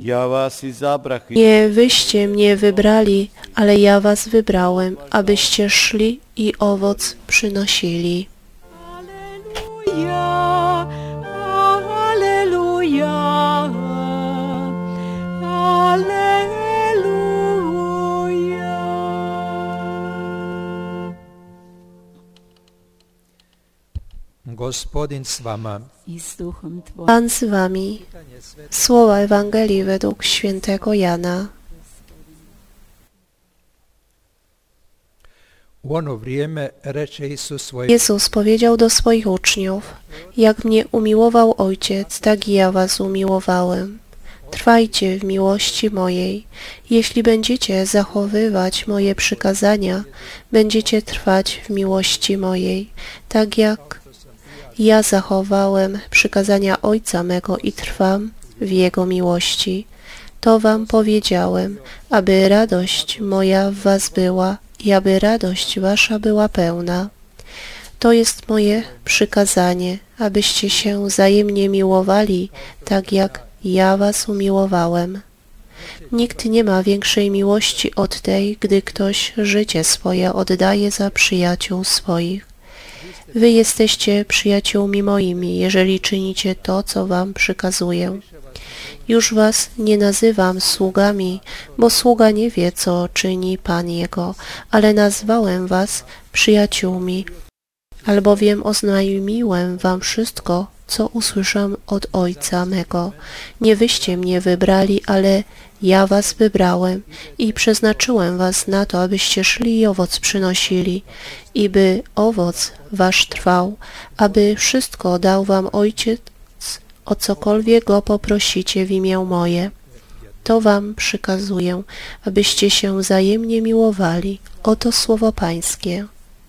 Nie wyście mnie wybrali, ale ja was wybrałem, abyście szli i owoc przynosili. Alleluja, alleluja, alleluja. Gospodin s vama. I z duchem Twoim. Pan z wami. Słowa Ewangelii według świętego Jana. U ono vrijeme reče Isus svojim Jezus powiedział do swoich uczniów: Jak mnie umiłował Ojciec, tak i ja was umiłowałem. Trwajcie w miłości mojej. Jeśli będziecie zachowywać moje przykazania, będziecie trwać w miłości mojej, tak jak ja zachowałem przykazania Ojca mego i trwam w Jego miłości. To wam powiedziałem, aby radość moja w was była i aby radość wasza była pełna. To jest moje przykazanie, abyście się wzajemnie miłowali, tak jak ja was umiłowałem. Nikt nie ma większej miłości od tej, gdy ktoś życie swoje oddaje za przyjaciół swoich. Wy jesteście przyjaciółmi moimi, jeżeli czynicie to, co wam przykazuję. Już was nie nazywam sługami, bo sługa nie wie, co czyni Pan jego, ale nazwałem was przyjaciółmi, albowiem oznajmiłem wam wszystko, co usłyszałem od Ojca mego. Nie wyście mnie wybrali, ale ja was wybrałem i przeznaczyłem was na to, abyście szli i owoc przynosili, i by owoc wasz trwał, aby wszystko dał wam Ojciec, o cokolwiek go poprosicie w imię moje. To wam przykazuję, abyście się wzajemnie miłowali. Oto słowo Pańskie.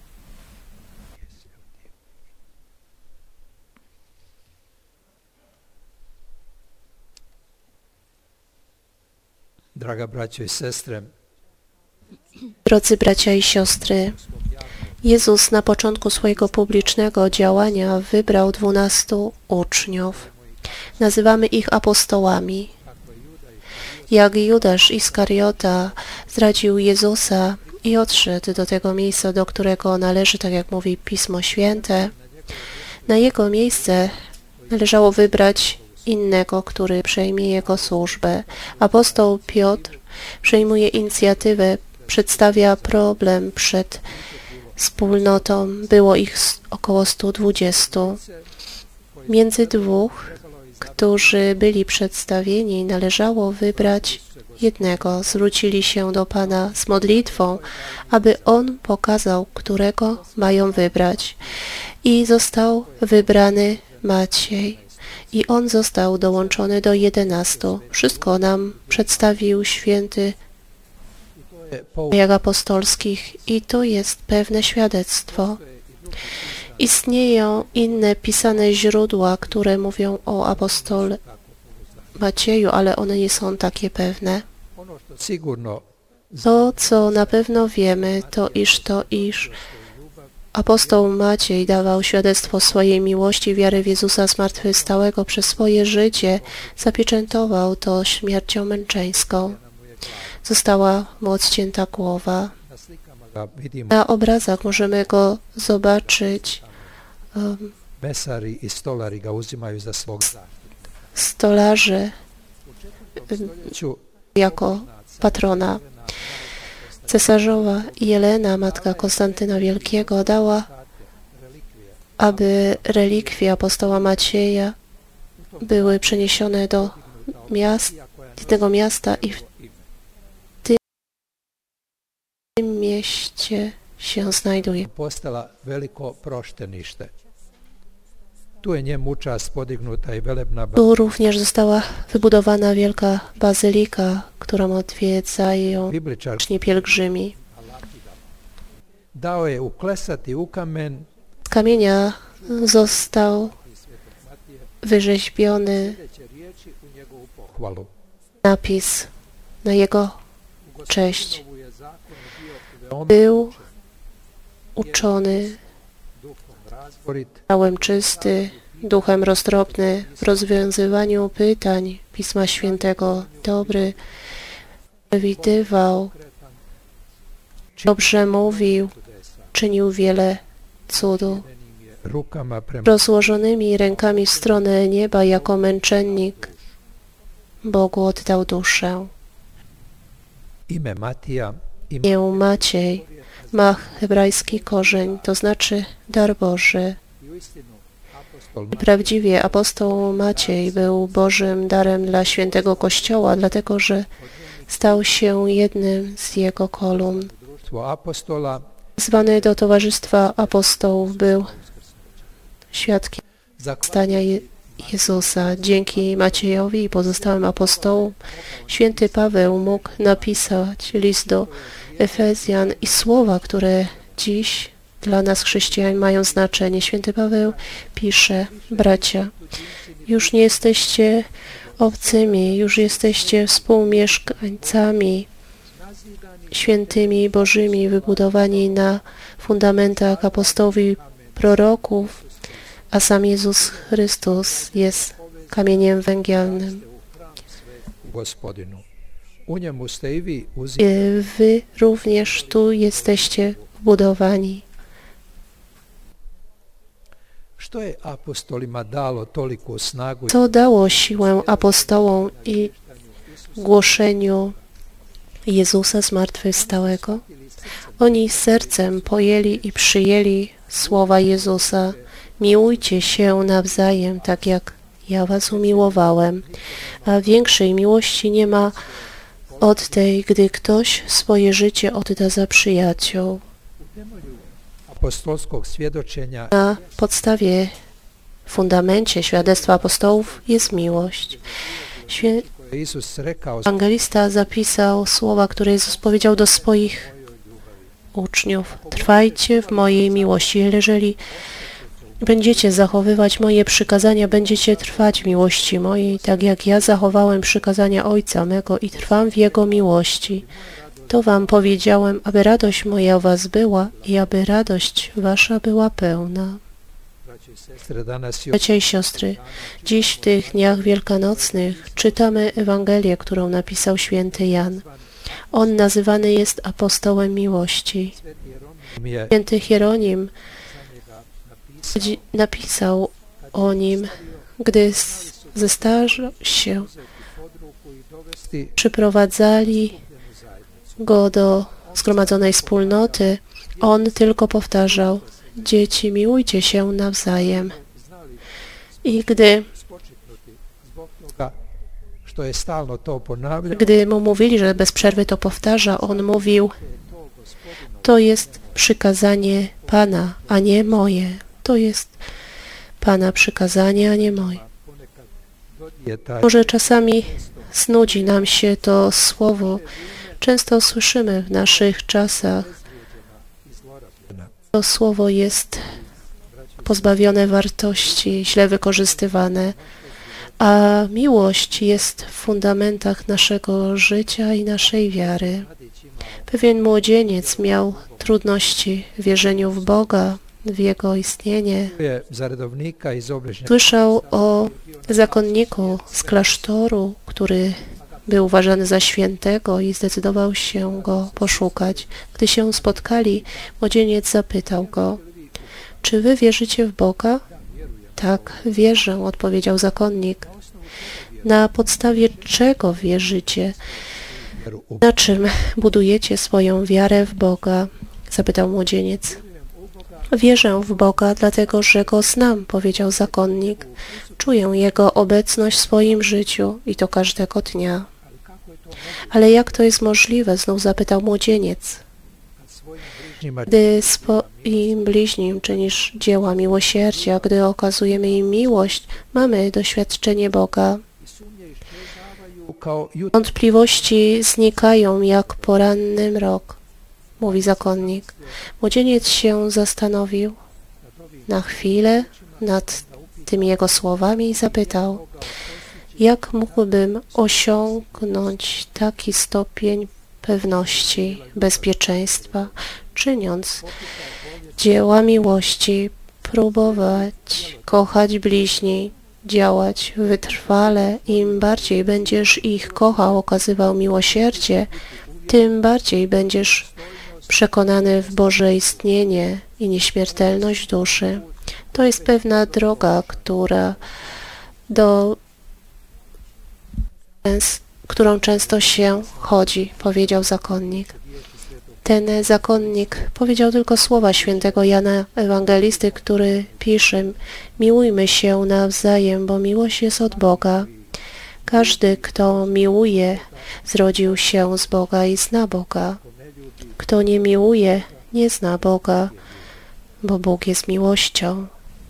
Draga braćo i sestre, Drodzy bracia i siostry, Jezus na początku swojego publicznego działania wybrał 12 uczniów. Nazywamy ich apostołami. Jak Judasz Iskariota zdradził Jezusa i odszedł do tego miejsca, do którego należy, tak jak mówi Pismo Święte, na jego miejsce należało wybrać innego, który przejmie jego służbę. Apostoł Piotr przejmuje inicjatywę, przedstawia problem przed wspólnotą. Było ich około 120. Między dwóch, którzy byli przedstawieni, należało wybrać jednego. Zwrócili się do Pana z modlitwą, aby On pokazał, którego mają wybrać. I został wybrany Maciej. I on został dołączony do 11. Wszystko nam przedstawił święty jak apostolskich i to jest pewne świadectwo. Istnieją inne pisane źródła, które mówią o apostole Macieju, ale one nie są takie pewne. sigurno To, co na pewno wiemy, to iż apostoł Maciej dawał świadectwo swojej miłości i wiary w Jezusa zmartwychwstałego przez swoje życie, zapieczętował to śmiercią męczeńską. Została mu odcięta głowa. ga vidimo Na obrazach możemy go zobaczyć. mesari i stolari ga uzimaju za svog Stolarze ću jako patrona. Cesarzowa Jelena, matka Konstantyna Wielkiego, dała, aby relikwie apostoła Macieja były przeniesione do jednego miasta i w tym mieście się znajduje. postala veliko proštenište. Tu je njemu učast podignuta i velebna Tu również została wybudowana wielka bazylika, którą odwiedzają bibličar pielgrzymi. dao je uklesati u kamen Z kamienia został wyrzeźbiony riječi u njegovu pohvalu. napis na jego cześć. Ovu je zakon bio veoma Był uczony, duhom razborit, ciałem czysty, duchem roztropny w rozwiązywaniu pytań Pisma Świętego, dobry, przewidywał, dobrze mówił, czynił wiele cudów. rukama prema Rozłożonymi rękami w stronę nieba jako męczennik Bogu oddał duszę. ime Matija, ime Imię Maciej ma hebrajski korzeń, to znaczy dar Boży. apostol I prawdziwie apostoł Maciej był Bożym darem dla świętego Kościoła, dlatego że stał się jednym z jego kolumn. društvo apostola Zwany do towarzystwa apostołów był świadkiem za stania Jezusa. Dzięki Maciejowi i pozostałym apostołom święty Paweł mógł napisać list do Efezjan i słowa, które dziś dla nas chrześcijan mają znaczenie. Święty Paweł pisze: bracia, już nie jesteście obcymi, już jesteście współmieszkańcami świętymi Bożymi, wybudowani na fundamentach apostołów i proroków, a sam Jezus Chrystus jest kamieniem węgielnym. u Gospodinu. U njemu ste i vi Wy również tu jesteście wbudowani. Što je apostolima dalo toliku snagu Co dało siłę apostołom i głoszeniu Jezusa zmartwychwstałego? Oni sercem pojęli i przyjęli słowa Jezusa. Miłujcie się nawzajem, tak jak ja was umiłowałem. A większej miłości nie ma od tej, gdy ktoś swoje życie odda za przyjaciół. apostolskog svjedočenja Na podstawie, fundamencie świadectwa apostołów jest miłość. koje je Isus rekao Ewangelista zapisał słowa, które Jezus powiedział do swoich uczniów. Trwajcie w mojej miłości. Jeżeli będziecie zachowywać moje przykazania, będziecie trwać w miłości mojej, tak jak ja zachowałem przykazania Ojca mego i trwam w Jego miłości. To wam powiedziałem, aby radość moja w was była i aby radość wasza była pełna. sestre danas i Bracia i siostry, dziś w tych dniach wielkanocnych czytamy Ewangelię, którą napisał święty Jan. On nazywany jest apostołem miłości. je Święty Hieronim napisał o nim, gdy zestarzał się, dovesti przyprowadzali go do zgromadzonej wspólnoty, on tylko powtarzał: dzieci, miłujcie się nawzajem. I zbog toga što je stalno to ponavljao gdy mu mówili, że bez przerwy to powtarza, on mówił: to jest przykazanie Pana, a nie moje. To jest Pana przykazanie, a nie moje. je taj Może czasami snudzi nam się to słowo. Często słyszymy w naszych czasach, to słowo jest pozbawione wartości, źle wykorzystywane, a miłość jest w fundamentach naszego życia i naszej wiary. Pewien młodzieniec miał trudności w wierzeniu w Boga, w Jego istnienie. je za redovnika iz obližnja Słyszał o zakonniku z klasztoru, który był uważany za świętego i zdecydował się go poszukać. Gdy się spotkali, młodzieniec zapytał go: czy wy wierzycie w Boga? Tak, wierzę, odpowiedział zakonnik. Na podstawie czego wierzycie? vjeru u Na czym budujecie swoją wiarę w Boga? Zapytał młodzieniec. Wierzę w Boga, dlatego że Go znam, powiedział zakonnik. Czuję Jego obecność w swoim życiu i to każdego dnia. Ale jak to jest możliwe? Znów zapytał młodzieniec. bližnjima Gdy swoim bliźnim czynisz dzieła miłosierdzia, gdy okazujemy im miłość, mamy doświadczenie Boga. kao jutro Wątpliwości znikają jak poranny mrok, mówi zakonnik. Młodzieniec się zastanowił na chwilę nad tymi jego słowami i zapytał: jak mógłbym osiągnąć taki stopień pewności, bezpieczeństwa, czyniąc dzieła miłości próbować kochać bliźni, działać wytrwale. Im bardziej będziesz ich kochał, okazywał miłosierdzie, tym bardziej będziesz przekonany w Boże istnienie i nieśmiertelność duszy. To jest pewna droga, którą często się chodzi, powiedział zakonnik. Ten zakonnik powiedział tylko słowa świętego Jana Ewangelisty, który pisze: miłujmy się nawzajem, bo miłość jest od Boga. Każdy, kto miłuje, zrodził się z Boga i zna Boga. Kto nie miłuje, nie zna Boga, bo Bóg jest miłością.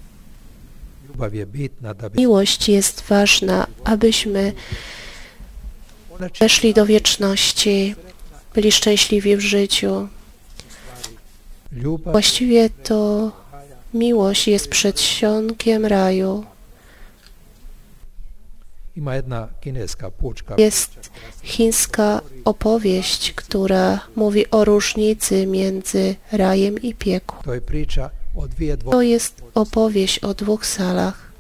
Miłość jest ważna, abyśmy weszli do wieczności, byli szczęśliwi w życiu. Właściwie to miłość jest przedsionkiem raju. Jest chińska opowieść, która mówi o różnicy między rajem i piekłem. To jest opowieść o dwóch salach.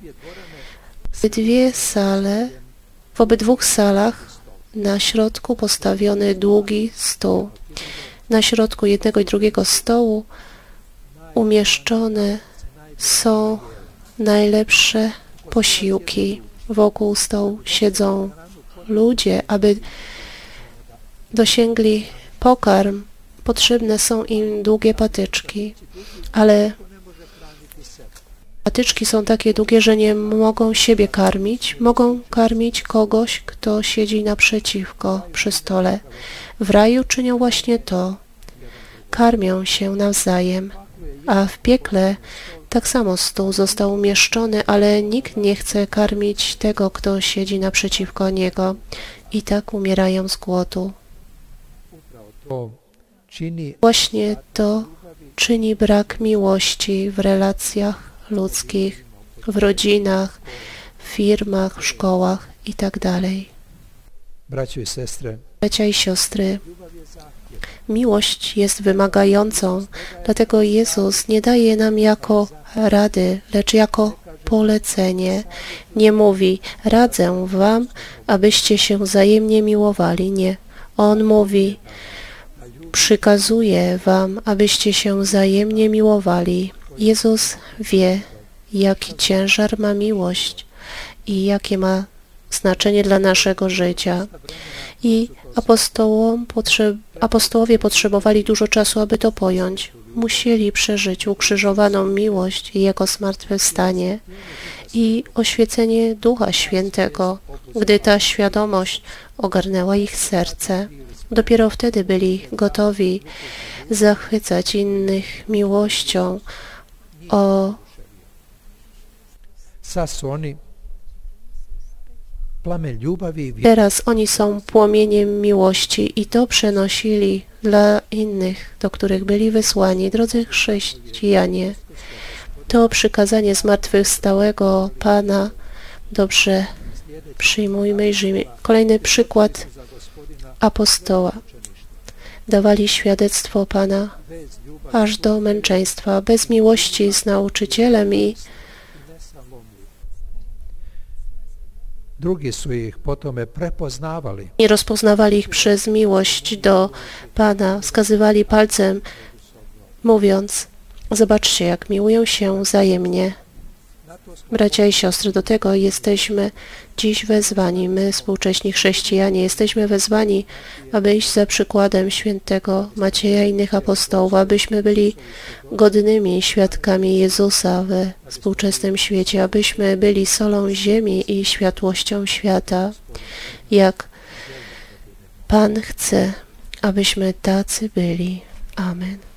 W obydwu salach na środku postawiony długi stół. Na środku jednego i drugiego stołu umieszczone są najlepsze posiłki. Wokół stołu siedzą ludzie, aby dosięgli pokarm. Potrzebne są im długie patyczki, ale patyczki są takie długie, że nie mogą siebie karmić. Mogą karmić kogoś, kto siedzi naprzeciwko przy stole. W raju czynią właśnie to. Karmią się nawzajem, a w piekle tak samo stół został umieszczony, ale nikt nie chce karmić tego, kto siedzi naprzeciwko niego. I tak umierają z głodu. Właśnie to czyni brak miłości w relacjach ludzkich, w rodzinach, w firmach, w szkołach itd. Bracia i siostry, miłość jest wymagającą, dlatego Jezus nie daje nam jako rady, lecz jako polecenie. Nie mówi: radzę wam, abyście się wzajemnie miłowali. Nie. On mówi: przykazuje wam, abyście się wzajemnie miłowali. Jezus wie, jaki ciężar ma miłość i jakie ma znaczenie dla naszego życia. I apostołowie potrzebowali dużo czasu, aby to pojąć. Musieli przeżyć ukrzyżowaną miłość i Jego zmartwychwstanie i oświecenie Ducha Świętego, gdy ta świadomość ogarnęła ich serce. Dopiero wtedy byli gotowi zachwycać innych miłością. Teraz oni są płomieniem miłości i to przenosili dla innych, do których byli wysłani. Drodzy chrześcijanie, to przykazanie zmartwychwstałego Pana dobrze przyjmujmy i żyjmy. Kolejny przykład apostoła. Dawali świadectwo Pana aż do męczeństwa, bez miłości z nauczycielem i i rozpoznawali ich przez miłość do Pana, wskazywali palcem, mówiąc: zobaczcie, jak miłują się wzajemnie. Bracia i siostry, do tego jesteśmy dziś wezwani. My, współcześni chrześcijanie, jesteśmy wezwani, aby iść za przykładem świętego Macieja i innych apostołów, abyśmy byli godnymi świadkami Jezusa we współczesnym świecie, abyśmy byli solą ziemi i światłością świata, jak Pan chce, abyśmy tacy byli. Amen.